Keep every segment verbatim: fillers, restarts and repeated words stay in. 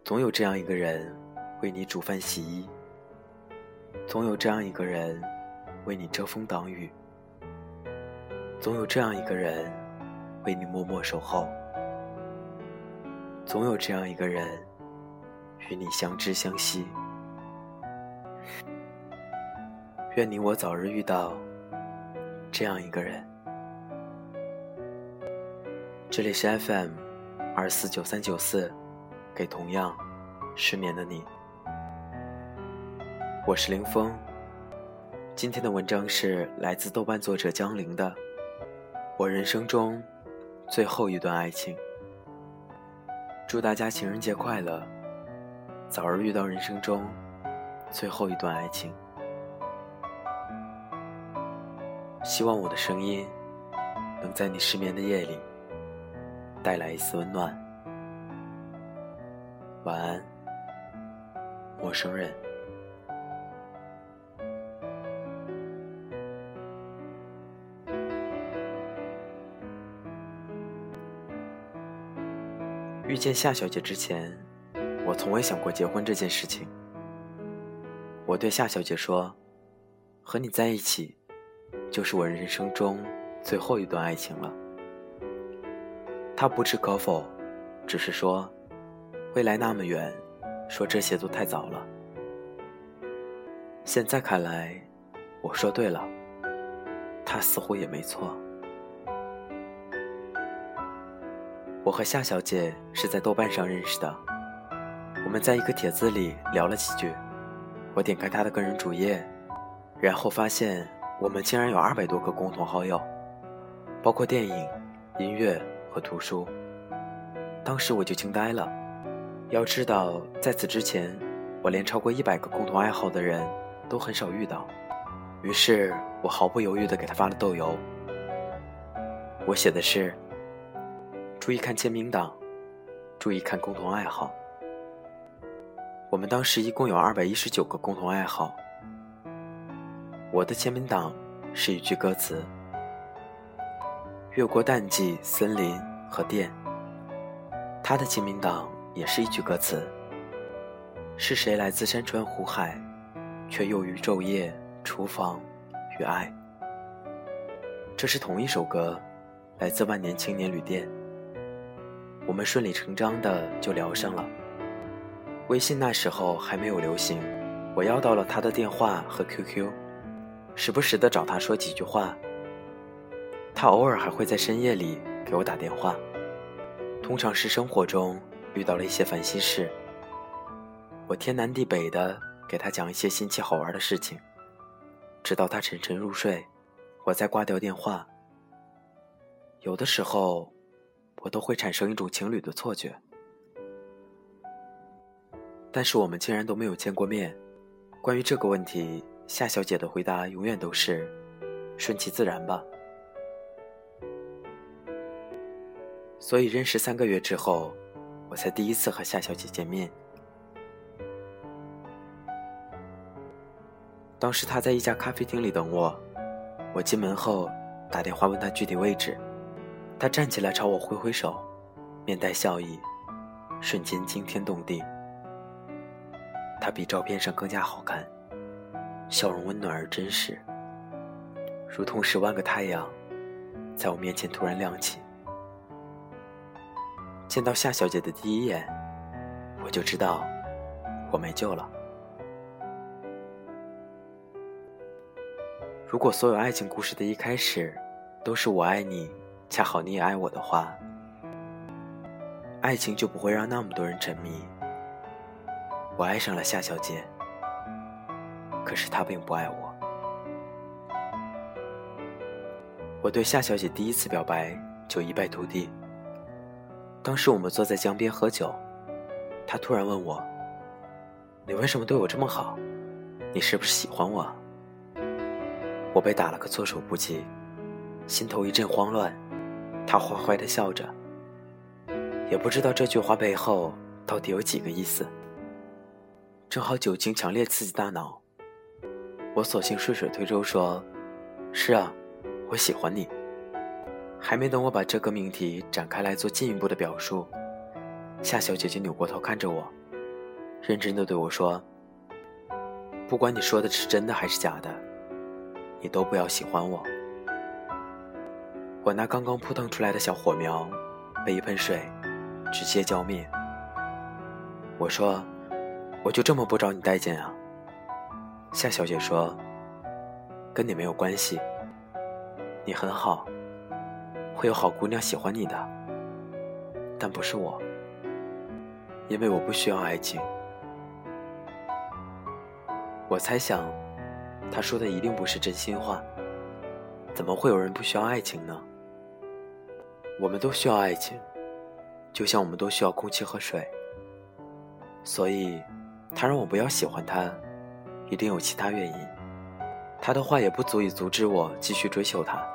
总有这样一个人为你煮饭洗衣，总有这样一个人为你遮风挡雨，总有这样一个人为你默默守候，总有这样一个人与你相知相惜。愿你我早日遇到这样一个人。这里是 F M 二四九三九四，给同样失眠的你，我是林峰。今天的文章是来自豆瓣作者江玲的《我人生中最后一段爱情》。祝大家情人节快乐，早日遇到人生中最后一段爱情。希望我的声音能在你失眠的夜里带来一丝温暖。晚安，陌生人。遇见夏小姐之前，我从未想过结婚这件事情。我对夏小姐说，和你在一起就是我人生中最后一段爱情了。她不置可否，只是说未来那么远，说这些都太早了。现在看来，我说对了，她似乎也没错。我和夏小姐是在豆瓣上认识的，我们在一个帖子里聊了几句，我点开她的个人主页，然后发现我们竟然有二百多个共同好友，包括电影、音乐和图书。当时我就惊呆了，要知道在此之前我连超过一百个共同爱好的人都很少遇到。于是我毫不犹豫地给他发了豆邮，我写的是：注意看签名档，注意看共同爱好。我们当时一共有二百一十九个共同爱好。我的签名档是一句歌词：越过淡季、森林和电。他的签名档也是一句歌词：是谁来自山川湖海，却又于昼夜、厨房与爱。这是同一首歌，来自万年青年旅店。我们顺理成章的就聊上了。微信那时候还没有流行，我要到了他的电话和 Q Q， 时不时的找他说几句话。他偶尔还会在深夜里给我打电话，通常是生活中遇到了一些烦心事，我天南地北的给他讲一些新奇好玩的事情，直到他沉沉入睡，我再挂掉电话。有的时候我都会产生一种情侣的错觉，但是我们竟然都没有见过面。关于这个问题，夏小姐的回答永远都是顺其自然吧。所以认识三个月之后，我才第一次和夏小姐见面。当时她在一家咖啡厅里等我，我进门后打电话问她具体位置，她站起来朝我挥挥手，面带笑意，瞬间惊天动地。她比照片上更加好看，笑容温暖而真实，如同十万个太阳在我面前突然亮起。见到夏小姐的第一眼，我就知道我没救了。如果所有爱情故事的一开始都是我爱你，恰好你也爱我的话，爱情就不会让那么多人沉迷。我爱上了夏小姐，可是她并不爱我。我对夏小姐第一次表白就一败涂地。当时我们坐在江边喝酒，她突然问我：你为什么对我这么好？你是不是喜欢我？我被打了个措手不及，心头一阵慌乱。她坏坏地笑着，也不知道这句话背后到底有几个意思。正好酒精强烈刺激大脑，我索性顺水推舟说：是啊，我喜欢你。还没等我把这个命题展开来做进一步的表述，夏小姐就扭过头看着我， 认真地对我说，不管你说的是真的还是假的，你都不要喜欢我。我那刚刚扑腾出来的小火苗被一盆水直接浇灭。我说，我就这么不招你待见啊？夏小姐说，跟你没有关系，你很好，会有好姑娘喜欢你的，但不是我，因为我不需要爱情。我猜想她说的一定不是真心话，怎么会有人不需要爱情呢？我们都需要爱情，就像我们都需要空气和水。所以他让我不要喜欢他，一定有其他原因。他的话也不足以阻止我继续追求他。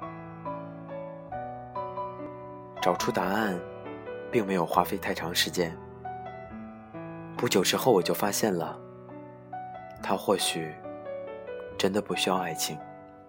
找出答案并没有花费太长时间，不久之后我就发现了，他或许真的不需要爱情。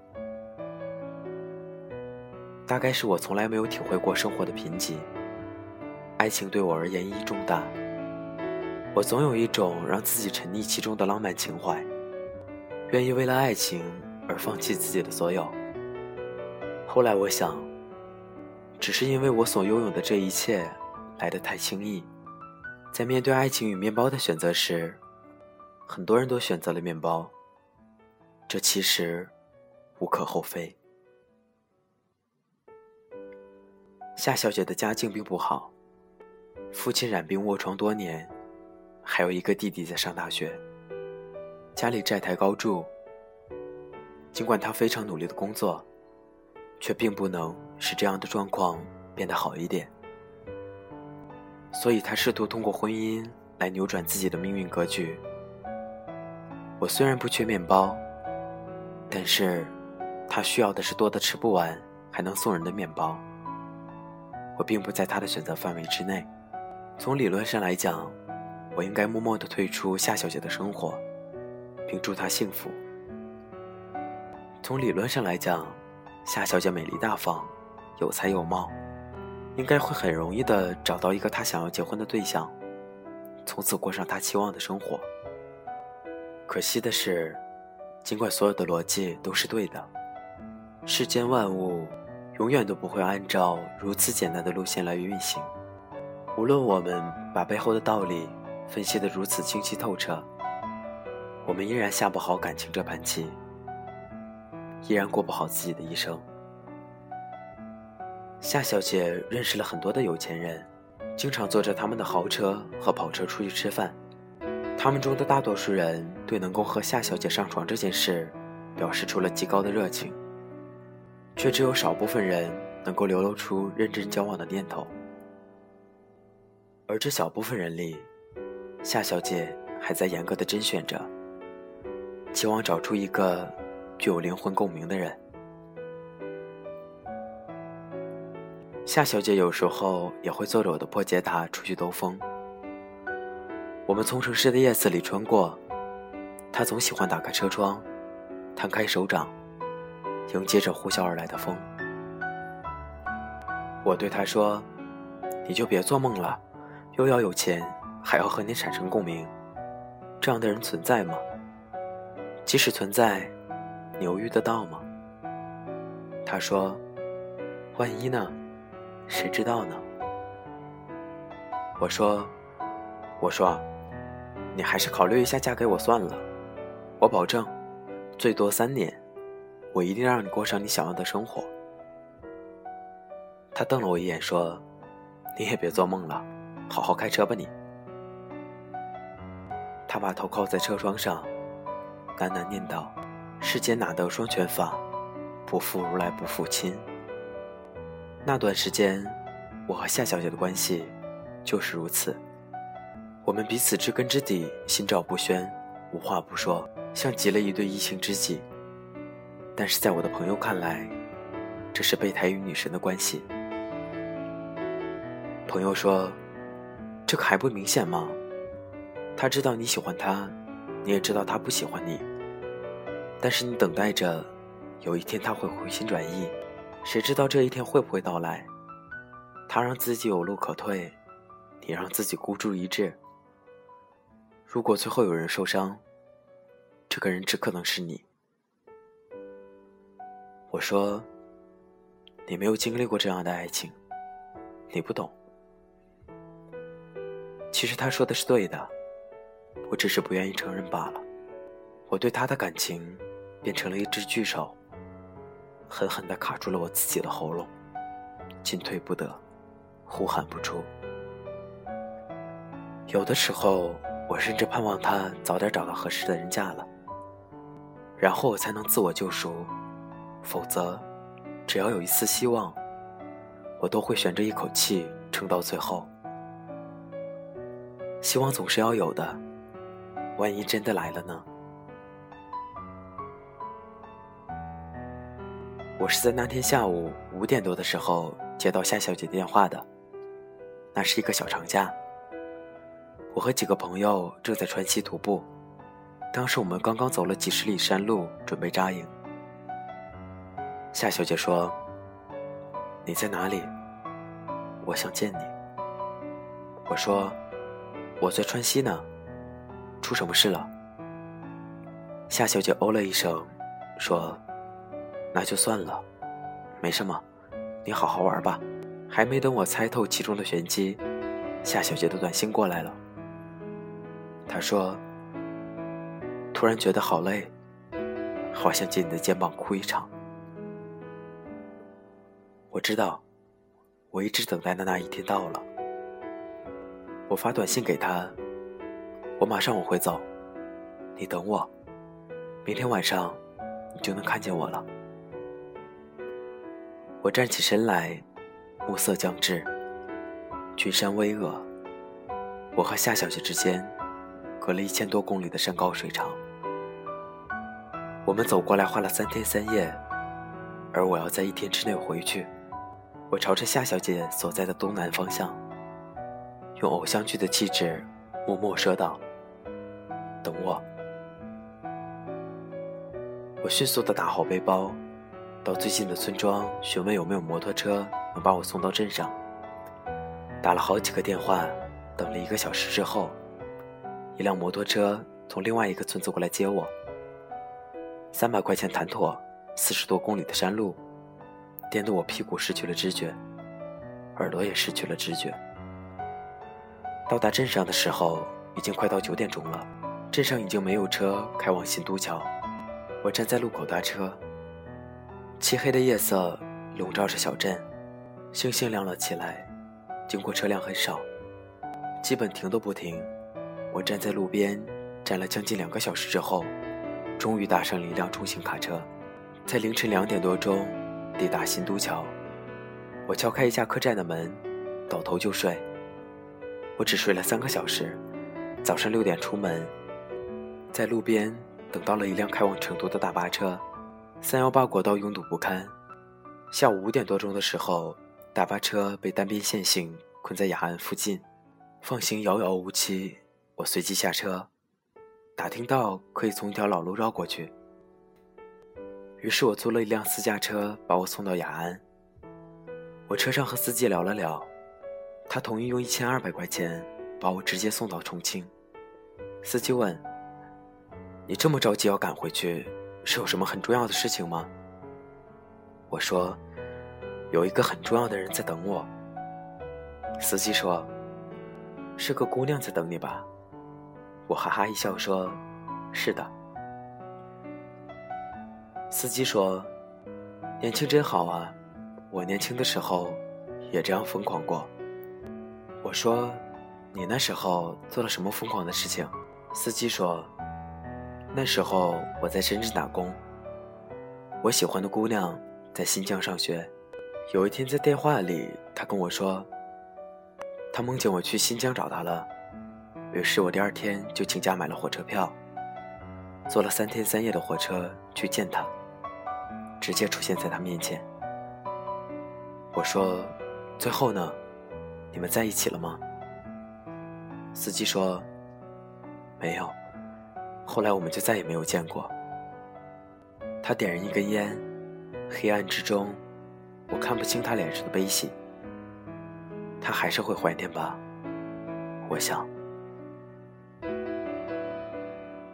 大概是我从来没有体会过生活的贫瘠，爱情对我而言意义重大。我总有一种让自己沉溺其中的浪漫情怀，愿意为了爱情而放弃自己的所有。后来我想，只是因为我所拥有的这一切来得太轻易，在面对爱情与面包的选择时，很多人都选择了面包，这其实无可厚非。夏小姐的家境并不好，父亲染病卧床多年，还有一个弟弟在上大学，家里债台高筑。尽管她非常努力的工作，却并不能使这样的状况变得好一点。所以她试图通过婚姻来扭转自己的命运格局。我虽然不缺面包，但是她需要的是多的吃不完还能送人的面包。我并不在她的选择范围之内。从理论上来讲，我应该默默地退出夏小姐的生活，并祝她幸福。从理论上来讲，夏小姐美丽大方，有才有貌，应该会很容易地找到一个她想要结婚的对象，从此过上她期望的生活。可惜的是，尽管所有的逻辑都是对的，世间万物永远都不会按照如此简单的路线来运行。无论我们把背后的道理分析得如此清晰透彻，我们依然下不好感情这盘棋，依然过不好自己的一生。夏小姐认识了很多的有钱人，经常坐着他们的豪车和跑车出去吃饭。他们中的大多数人对能够和夏小姐上床这件事表示出了极高的热情，却只有少部分人能够流露出认真交往的念头。而这小部分人里，夏小姐还在严格的甄选着，期望找出一个具有灵魂共鸣的人。夏小姐有时候也会坐着我的破捷达出去兜风。我们从城市的夜色里穿过，她总喜欢打开车窗，摊开手掌，迎接着呼啸而来的风。我对她说，你就别做梦了，又要有钱，还要和你产生共鸣，这样的人存在吗？即使存在，你又遇得到吗？她说，万一呢？谁知道呢？我说，我说，你还是考虑一下嫁给我算了，我保证，最多三年，我一定让你过上你想要的生活。她瞪了我一眼说，你也别做梦了，好好开车吧你。他把头靠在车窗上，喃喃念道，世间哪得双全法，不负如来不负亲。那段时间，我和夏小姐的关系就是如此，我们彼此知根知底，心照不宣，无话不说，像极了一对异性知己。但是在我的朋友看来，这是备胎与女神的关系。朋友说，这个还不明显吗？他知道你喜欢他，你也知道他不喜欢你，但是你等待着有一天他会回心转意，谁知道这一天会不会到来？他让自己有路可退，你让自己孤注一掷。 如果最后有人受伤，这个人只可能是你。我说，你没有经历过这样的爱情，你不懂。其实他说的是对的，我只是不愿意承认罢了。我对他的感情变成了一只巨手，狠狠地卡住了我自己的喉咙，进退不得，呼喊不出。有的时候我甚至盼望他早点找到合适的人嫁了，然后我才能自我救赎，否则只要有一丝希望，我都会悬着一口气撑到最后。希望总是要有的，万一真的来了呢？我是在那天下午五点多的时候接到夏小姐电话的。那是一个小长假，我和几个朋友正在川西徒步，当时我们刚刚走了几十里山路，准备扎营。夏小姐说：“你在哪里？我想见你。”我说：“我在川西呢，出什么事了？”夏小姐哦了一声，说：“那就算了，没什么，你好好玩吧。”还没等我猜透其中的玄机，夏小姐的短信过来了。她说：“突然觉得好累，好想借你的肩膀哭一场。”我知道，我一直等待的那一天到了。我发短信给她：“我马上往回走，你等我，明天晚上你就能看见我了。”我站起身来，暮色将至，群山巍峨，我和夏小姐之间隔了一千多公里的山高水长。我们走过来花了三天三夜，而我要在一天之内回去。我朝着夏小姐所在的东南方向，用偶像剧的气质默默说道：“等我。”我迅速地打好背包，到最近的村庄询问有没有摩托车能把我送到镇上。打了好几个电话，等了一个小时之后，一辆摩托车从另外一个村子过来接我。三百块钱谈妥，四十多公里的山路，颠得我屁股失去了知觉，耳朵也失去了知觉。到达镇上的时候，已经快到九点钟了，镇上已经没有车开往新都桥。我站在路口搭车，漆黑的夜色笼罩着小镇，星星亮了起来，经过车辆很少，基本停都不停。我站在路边站了将近两个小时之后，终于搭上了一辆中型卡车，在凌晨两点多钟抵达新都桥。我敲开一家客栈的门，倒头就睡。我只睡了三个小时，早上六点出门，在路边等到了一辆开往成都的大巴车。三一八国道拥堵不堪，下午五点多钟的时候，大巴车被单边线性困在雅安附近，放行遥遥无期。我随即下车，打听到可以从一条老路绕过去，于是我租了一辆私家车把我送到雅安。我车上和司机聊了聊，他同意用一千二百块钱把我直接送到重庆。司机问：“你这么着急要赶回去，是有什么很重要的事情吗？”我说：“有一个很重要的人在等我。”司机说：“是个姑娘在等你吧？”我哈哈一笑说：“是的。”司机说：“年轻真好啊，我年轻的时候也这样疯狂过。”我说：“你那时候做了什么疯狂的事情？”司机说：“那时候我在深圳打工，我喜欢的姑娘在新疆上学。有一天在电话里，她跟我说，她梦见我去新疆找她了。于是我第二天就请假买了火车票，坐了三天三夜的火车去见她，直接出现在她面前。”我说：“最后呢？你们在一起了吗？”司机说：“没有，后来我们就再也没有见过。”他点燃一根烟，黑暗之中，我看不清他脸上的悲喜。他还是会怀念吧，我想。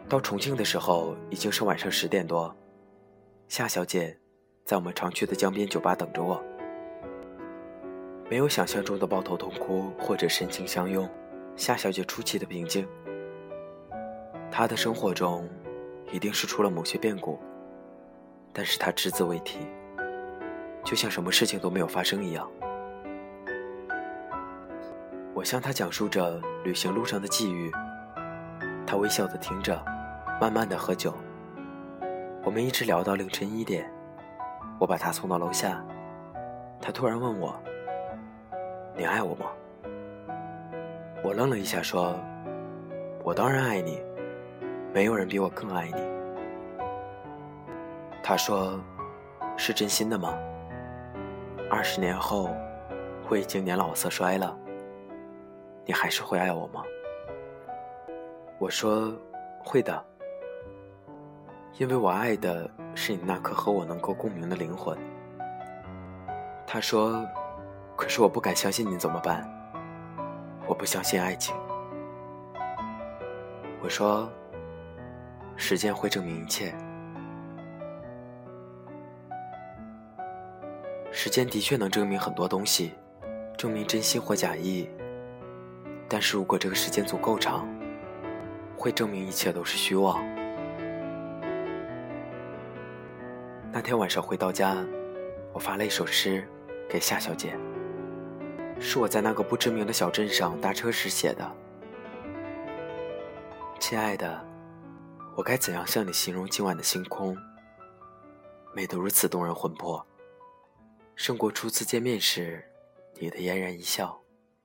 到重庆的时候已经是晚上十点多，夏小姐在我们常去的江边酒吧等着我。没有想象中的抱头痛哭或者深情相拥，夏小姐出奇的平静。她的生活中一定是出了某些变故，但是她只字未提，就像什么事情都没有发生一样。我向她讲述着旅行路上的际遇，她微笑地听着，慢慢地喝酒。我们一直聊到凌晨一点，我把她送到楼下，她突然问我：你爱我吗？我愣了一下说：我当然爱你，没有人比我更爱你。她说：是真心的吗？二十年后，我已经年老色衰了，你还是会爱我吗？我说：会的，因为我爱的是你那颗和我能够共鸣的灵魂。她说：可是我不敢相信你怎么办？我不相信爱情。我说：时间会证明一切。时间的确能证明很多东西，证明真心或假意，但是如果这个时间足够长，会证明一切都是虚妄。那天晚上回到家，我发了一首诗给夏小姐，是我在那个不知名的小镇上搭车时写的。亲爱的，我该怎样向你形容今晚的星空？美得如此动人魂魄，胜过初次见面时你的嫣然一笑。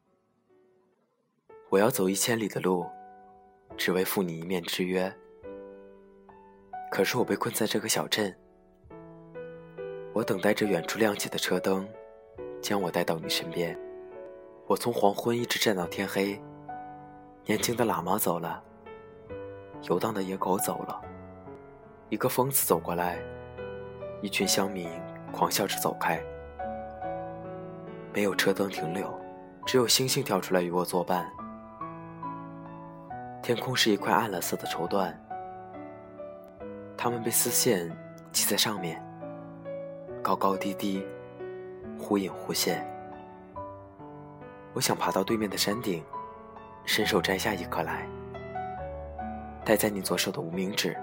我要走一千里的路，只为赴你一面之约。可是我被困在这个小镇，我等待着远处亮起的车灯，将我带到你身边。我从黄昏一直站到天黑，年轻的喇嘛走了，游荡的野狗走了，一个疯子走过来，一群乡民狂笑着走开。没有车灯停留，只有星星跳出来与我作伴。天空是一块暗了色的绸缎，它们被丝线系在上面，高高低低，忽隐忽现。我想爬到对面的山顶，伸手摘下一颗来，戴在你左手的无名指。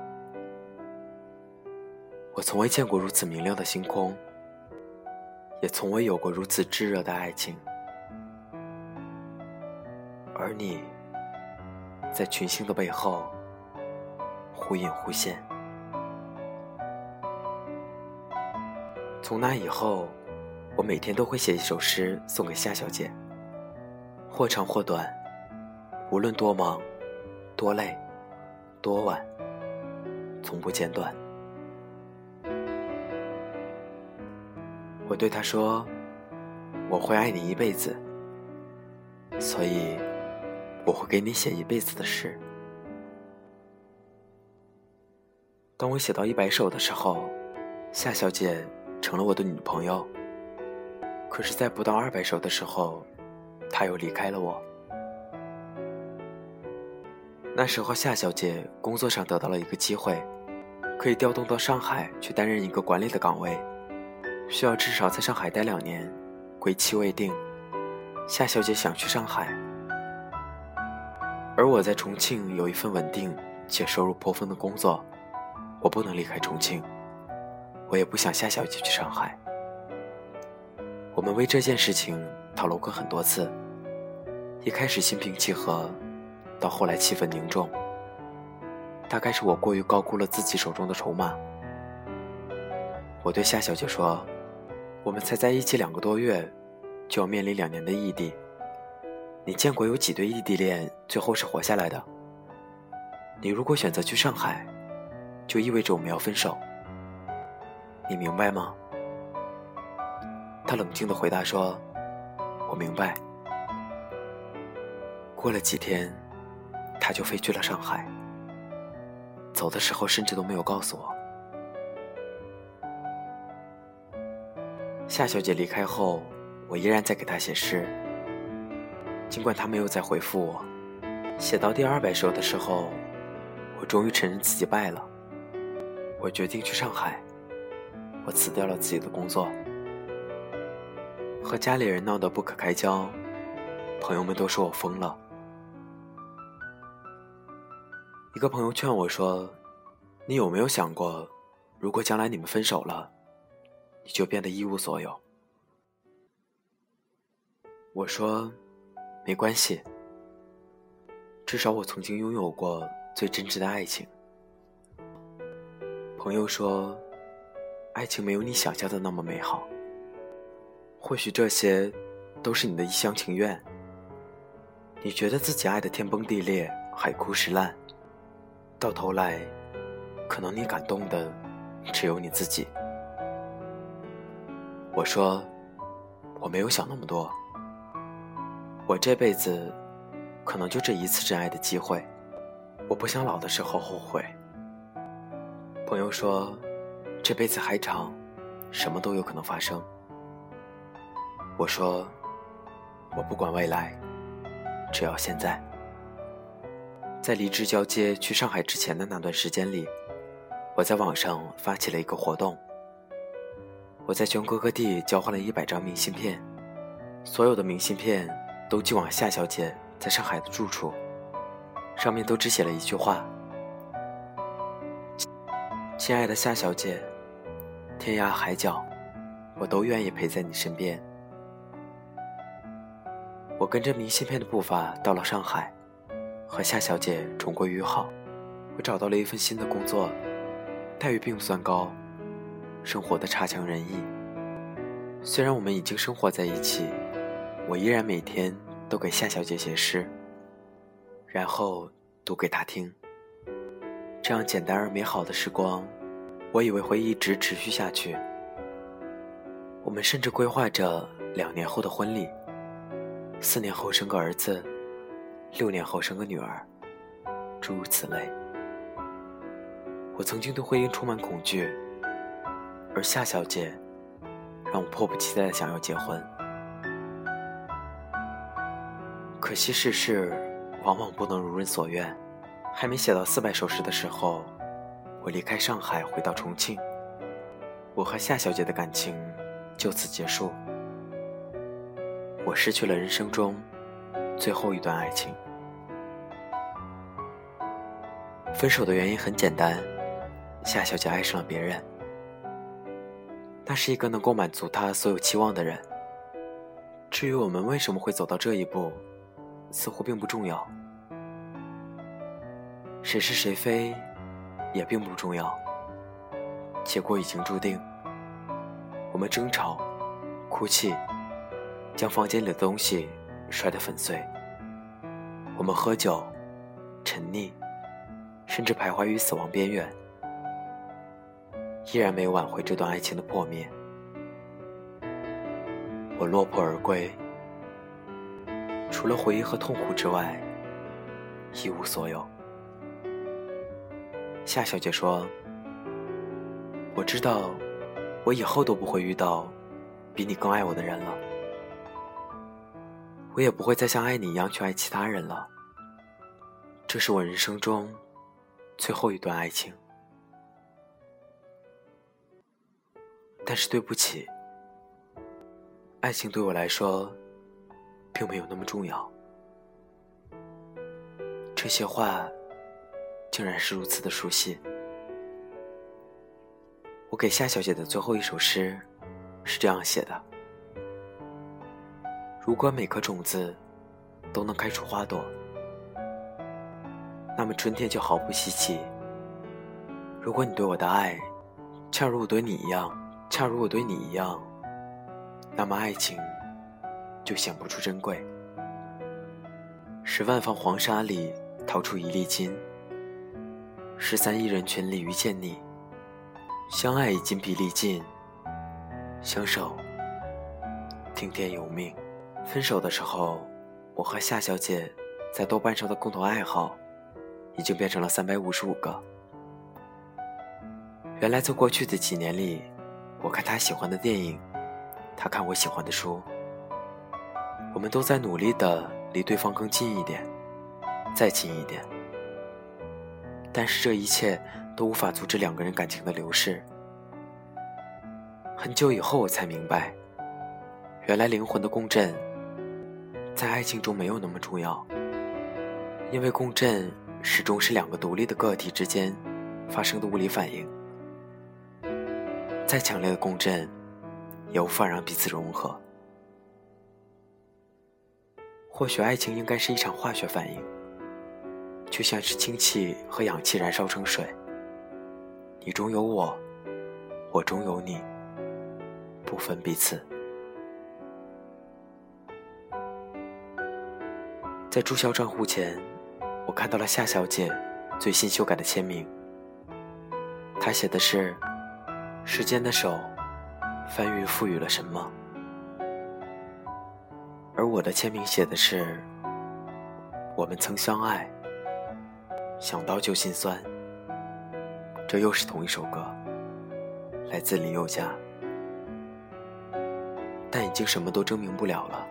我从未见过如此明亮的星空，也从未有过如此炙热的爱情。而你在群星的背后忽隐忽现。从那以后，我每天都会写一首诗送给夏小姐，或长或短，无论多忙多累多晚，从不间断。我对她说，我会爱你一辈子，所以我会给你写一辈子的诗。当我写到一百首的时候，夏小姐成了我的女朋友。可是在不到二百首的时候，她又离开了我。那时候夏小姐工作上得到了一个机会，可以调动到上海去担任一个管理的岗位，需要至少在上海待两年，归期未定。夏小姐想去上海，而我在重庆有一份稳定且收入颇丰的工作，我不能离开重庆，我也不想夏小姐去上海。我们为这件事情讨论过很多次，一开始心平气和，到后来气氛凝重。大概是我过于高估了自己手中的筹码。我对夏小姐说，我们才在一起两个多月，就要面临两年的异地。你见过有几对异地恋最后是活下来的？你如果选择去上海，就意味着我们要分手，你明白吗？他冷静地回答说，我明白。过了几天，他就飞去了上海，走的时候甚至都没有告诉我。夏小姐离开后，我依然在给她写诗，尽管她没有再回复我。写到第二百首的时候， 我终于承认自己败了。我决定去上海，我辞掉了自己的工作，和家里人闹得不可开交，朋友们都说我疯了。一个朋友劝我说，你有没有想过，如果将来你们分手了，你就变得一无所有？我说，没关系，至少我曾经拥有过最真挚的爱情。朋友说，爱情没有你想象的那么美好，或许这些都是你的一厢情愿。你觉得自己爱得天崩地裂，海枯石烂，到头来可能你感动的只有你自己。我说，我没有想那么多，我这辈子可能就这一次真爱的机会，我不想老的时候后悔。朋友说，这辈子还长，什么都有可能发生。我说，我不管未来，只要现在。在离职交接去上海之前的那段时间里，我在网上发起了一个活动，我在全国各地交换了一百张明信片，所有的明信片都寄往夏小姐在上海的住处，上面都只写了一句话：亲爱的夏小姐，天涯海角，我都愿意陪在你身边。我跟着明信片的步伐到了上海，和夏小姐重归于好。我找到了一份新的工作，待遇并不算高，生活的差强人意。虽然我们已经生活在一起，我依然每天都给夏小姐写诗，然后读给她听。这样简单而美好的时光，我以为会一直持续下去。我们甚至规划着两年后的婚礼，四年后生个儿子，六年后生个女儿，诸如此类。我曾经对婚姻充满恐惧，而夏小姐让我迫不及待地想要结婚。可惜世事往往不能如人所愿，还没写到四百首诗的时候，我离开上海回到重庆，我和夏小姐的感情就此结束。我失去了人生中最后一段爱情。分手的原因很简单，夏小姐爱上了别人，那是一个能够满足她所有期望的人。至于我们为什么会走到这一步，似乎并不重要。谁是谁非也并不重要，结果已经注定。我们争吵、哭泣，将房间里的东西摔得粉碎。我们喝酒、沉溺，甚至徘徊于死亡边缘，依然没有挽回这段爱情的破灭。我落魄而归，除了回忆和痛苦之外，一无所有。夏小姐说，我知道我以后都不会遇到比你更爱我的人了，我也不会再像爱你一样去爱其他人了。这是我人生中最后一段爱情。但是对不起，爱情对我来说并没有那么重要。这些话竟然是如此的熟悉。我给夏小姐的最后一首诗是这样写的：如果每颗种子都能开出花朵，那么春天就毫不稀奇。如果你对我的爱恰如我对你一样，恰如我对你一样，那么爱情就显不出珍贵。十万方黄沙里淘出一粒金，十三亿人群里遇见你，相爱已筋疲力尽，相守听天由命。分手的时候，我和夏小姐在豆瓣上的共同爱好已经变成了三百五十五个。原来在过去的几年里，我看她喜欢的电影，她看我喜欢的书，我们都在努力地离对方更近一点，再近一点。 但是这一切都无法阻止两个人感情的流逝。很久以后我才明白，原来灵魂的共振在爱情中没有那么重要，因为共振始终是两个独立的个体之间发生的物理反应，再强烈的共振也无法让彼此融合。或许爱情应该是一场化学反应，就像是氢气和氧气燃烧成水，你中有我，我中有你，不分彼此。在注销账户前，我看到了夏小姐最新修改的签名，她写的是时间的手翻阅赋予了什么，而我的签名写的是我们曾相爱，想到就心酸。这又是同一首歌，来自林宥嘉，但已经什么都证明不了了。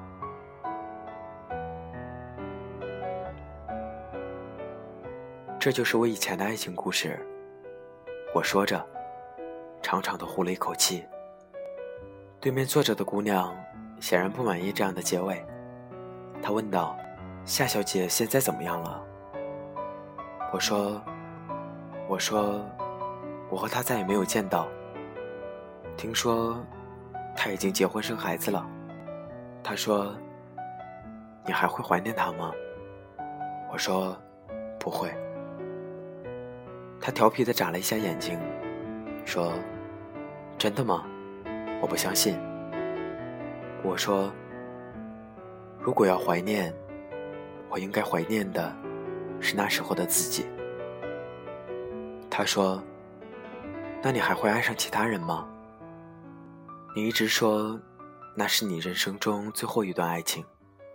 这就是我以前的爱情故事，我说着，长长的呼了一口气。对面坐着的姑娘显然不满意这样的结尾，她问道：夏小姐现在怎么样了？我说我说我和她再也没有见到，听说她已经结婚生孩子了。她说你还会怀念她吗？我说不会。她调皮地眨了一下眼睛，说真的吗？我不相信。我说如果要怀念，我应该怀念的是那时候的自己。他说那你还会爱上其他人吗？你一直说那是你人生中最后一段爱情。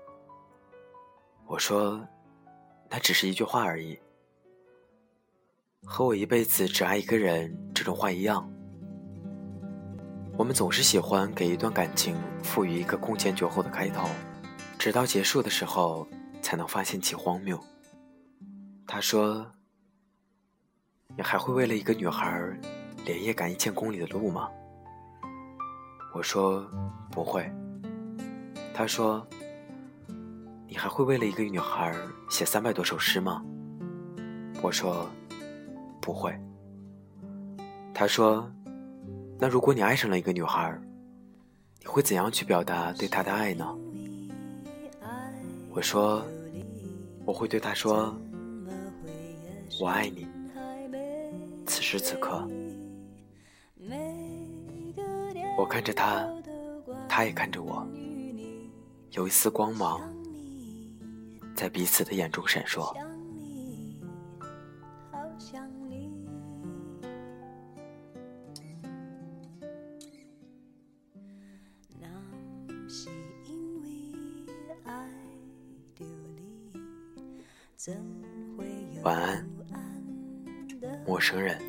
我说那只是一句话而已，和我一辈子只爱一个人这种话一样。我们总是喜欢给一段感情赋予一个空前绝后的开头，直到结束的时候才能发现其荒谬。他说你还会为了一个女孩连夜赶一千公里的路吗？我说不会。他说你还会为了一个女孩写三百多首诗吗？我说不会。他说那如果你爱上了一个女孩，你会怎样去表达对她的爱呢？我说我会对她说我爱你，此时此刻。我看着她，她也看着我，有一丝光芒在彼此的眼中闪烁。晚安，陌生人。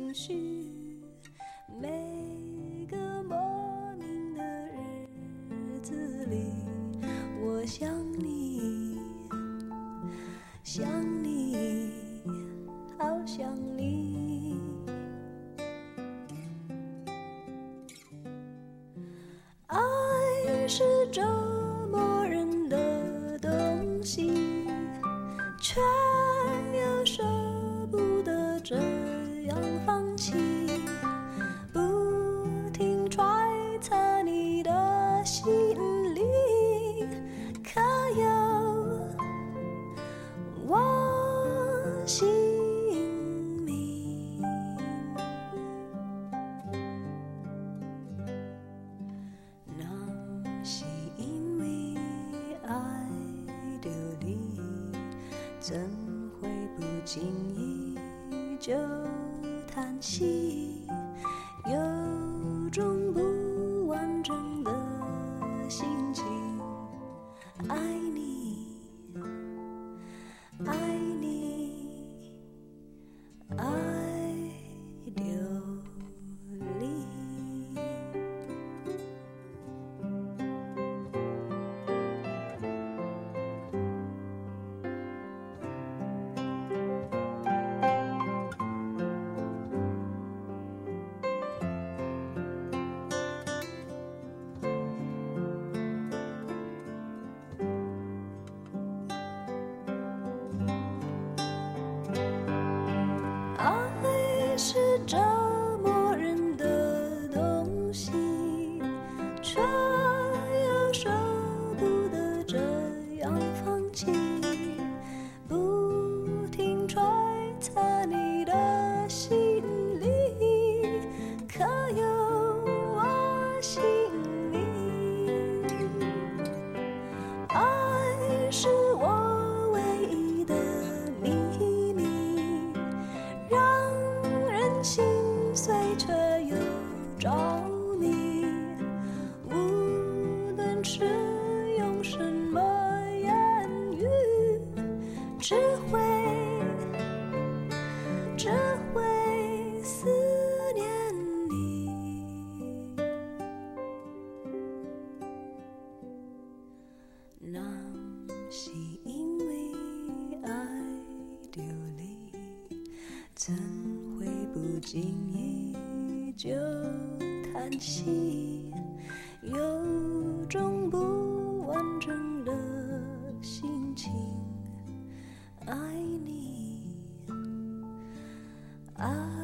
每个莫名的日子里，我想你，想你，好想你。爱是折磨人的东西，却又舍不得这样放弃，不停揣测你的心里，可有我姓名？那是因为爱着你，怎会不经意就叹息，有种不完整的心情。爱你，爱你，爱着你。 是折磨人的东西，却又舍不得这样放弃，不停揣测你的心里，可有我心里？爱是我唯一的秘密，让人心碎却又着迷，无论是用什么言语，只会只会思念你。那是因为爱丢离，怎会不经意就叹息，有种不完整的心情，爱你，爱